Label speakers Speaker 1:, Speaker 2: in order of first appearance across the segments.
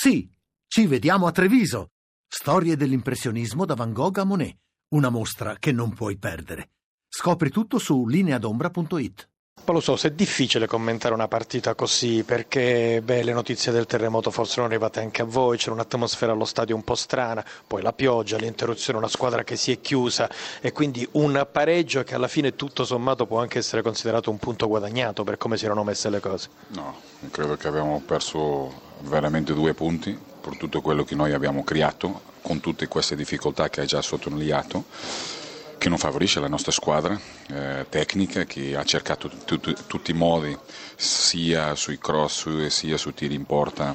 Speaker 1: Sì, ci vediamo a Treviso. Storie dell'impressionismo da Van Gogh a Monet. Una mostra che non puoi perdere. Scopri tutto su lineadombra.it.
Speaker 2: Lo so, se è difficile commentare una partita così perché le notizie del terremoto forse sono arrivate anche a voi, c'era un'atmosfera allo stadio un po' strana, poi la pioggia, l'interruzione, una squadra che si è chiusa e quindi un pareggio che alla fine tutto sommato può anche essere considerato un punto guadagnato per come si erano messe le cose.
Speaker 3: No, credo che abbiamo perso veramente 2 punti per tutto quello che noi abbiamo creato con tutte queste difficoltà che hai già sottolineato, che non favorisce la nostra squadra tecnica, che ha cercato tutti i modi, sia sui cross sia sui tiri in porta,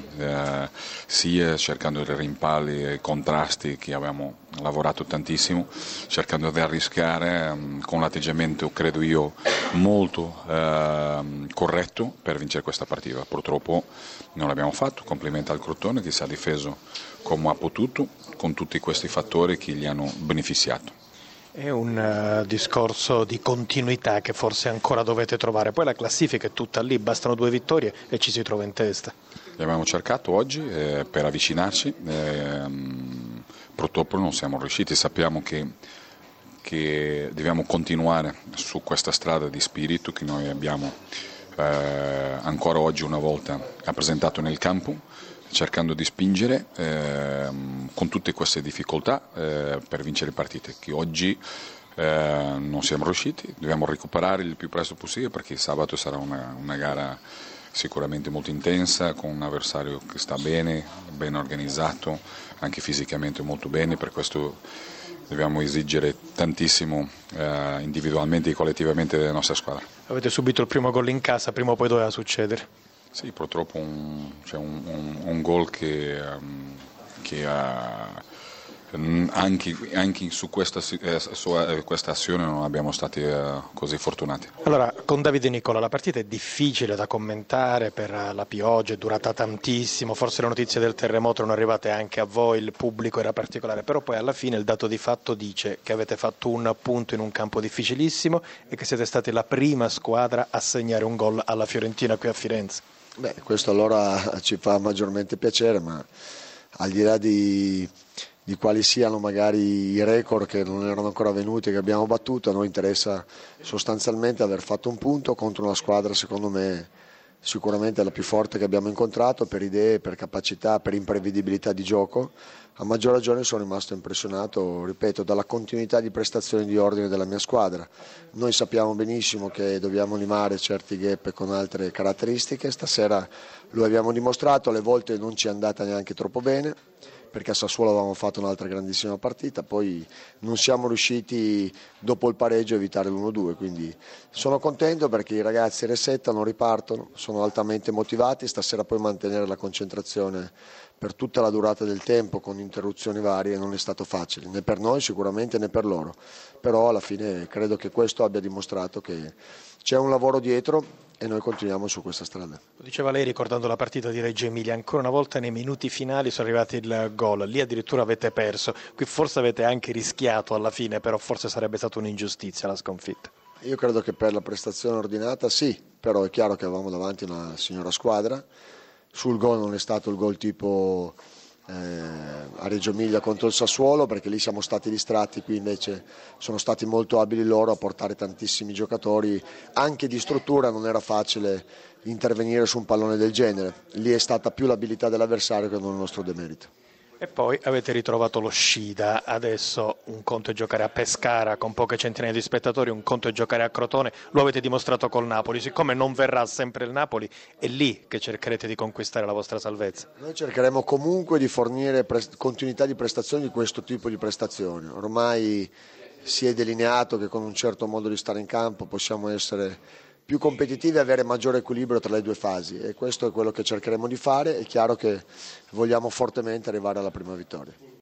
Speaker 3: sia cercando i rimpalli e i contrasti, che abbiamo lavorato tantissimo, cercando di arrischiare con l'atteggiamento, credo io, molto corretto per vincere questa partita. Purtroppo non l'abbiamo fatto. Complimenti al Crotone che si è difeso come ha potuto con tutti questi fattori che gli hanno beneficiato.
Speaker 2: È un discorso di continuità che forse ancora dovete trovare, poi la classifica è tutta lì, bastano 2 vittorie e ci si trova in testa.
Speaker 3: Abbiamo cercato oggi per avvicinarci, purtroppo non siamo riusciti, sappiamo che dobbiamo continuare su questa strada di spirito che noi abbiamo ancora oggi una volta rappresentato nel campo, cercando di spingere con tutte queste difficoltà per vincere partite che oggi non siamo riusciti. Dobbiamo recuperare il più presto possibile perché sabato sarà una gara sicuramente molto intensa, con un avversario che sta bene, ben organizzato, anche fisicamente molto bene, per questo dobbiamo esigere tantissimo individualmente e collettivamente della nostra squadra.
Speaker 2: Avete subito il primo gol in casa, prima o poi doveva succedere.
Speaker 3: Sì, purtroppo c'è un gol che anche su questa azione non abbiamo stati così fortunati.
Speaker 2: Allora, con Davide Nicola la partita è difficile da commentare per la pioggia, è durata tantissimo, forse le notizie del terremoto erano arrivate anche a voi, il pubblico era particolare, però poi alla fine il dato di fatto dice che avete fatto un punto in un campo difficilissimo e che siete stati la prima squadra a segnare un gol alla Fiorentina qui a Firenze.
Speaker 4: Questo allora ci fa maggiormente piacere, ma al di là di quali siano magari i record che non erano ancora venuti e che abbiamo battuto, a noi interessa sostanzialmente aver fatto un punto contro una squadra secondo me sicuramente la più forte che abbiamo incontrato per idee, per capacità, per imprevedibilità di gioco. A maggior ragione sono rimasto impressionato, ripeto, dalla continuità di prestazioni di ordine della mia squadra. Noi sappiamo benissimo che dobbiamo limare certi gap con altre caratteristiche, stasera lo abbiamo dimostrato, alle volte non ci è andata neanche troppo bene, perché a Sassuolo avevamo fatto un'altra grandissima partita, poi non siamo riusciti dopo il pareggio a evitare l'1-2, quindi sono contento perché i ragazzi resettano, ripartono, sono altamente motivati, stasera poi mantenere la concentrazione per tutta la durata del tempo con interruzioni varie non è stato facile, né per noi sicuramente né per loro, però alla fine credo che questo abbia dimostrato che c'è un lavoro dietro e noi continuiamo su questa strada.
Speaker 2: Lo diceva lei ricordando la partita di Reggio Emilia, ancora una volta nei minuti finali sono arrivati il gol, lì addirittura avete perso, qui forse avete anche rischiato alla fine, però forse sarebbe stata un'ingiustizia la sconfitta.
Speaker 4: Io credo che per la prestazione ordinata sì, però è chiaro che avevamo davanti una signora squadra, sul gol non è stato il gol tipo a Reggio Emilia contro il Sassuolo, perché lì siamo stati distratti, qui invece sono stati molto abili loro a portare tantissimi giocatori, anche di struttura non era facile intervenire su un pallone del genere, lì è stata più l'abilità dell'avversario che non il nostro demerito.
Speaker 2: E poi avete ritrovato lo Scida, adesso un conto è giocare a Pescara con poche centinaia di spettatori, un conto è giocare a Crotone, lo avete dimostrato col Napoli, siccome non verrà sempre il Napoli è lì che cercherete di conquistare la vostra salvezza.
Speaker 4: Noi cercheremo comunque di fornire continuità di prestazioni di questo tipo di prestazioni, ormai si è delineato che con un certo modo di stare in campo possiamo essere più competitivi e avere maggiore equilibrio tra le 2 fasi e questo è quello che cercheremo di fare. È chiaro che vogliamo fortemente arrivare alla prima vittoria.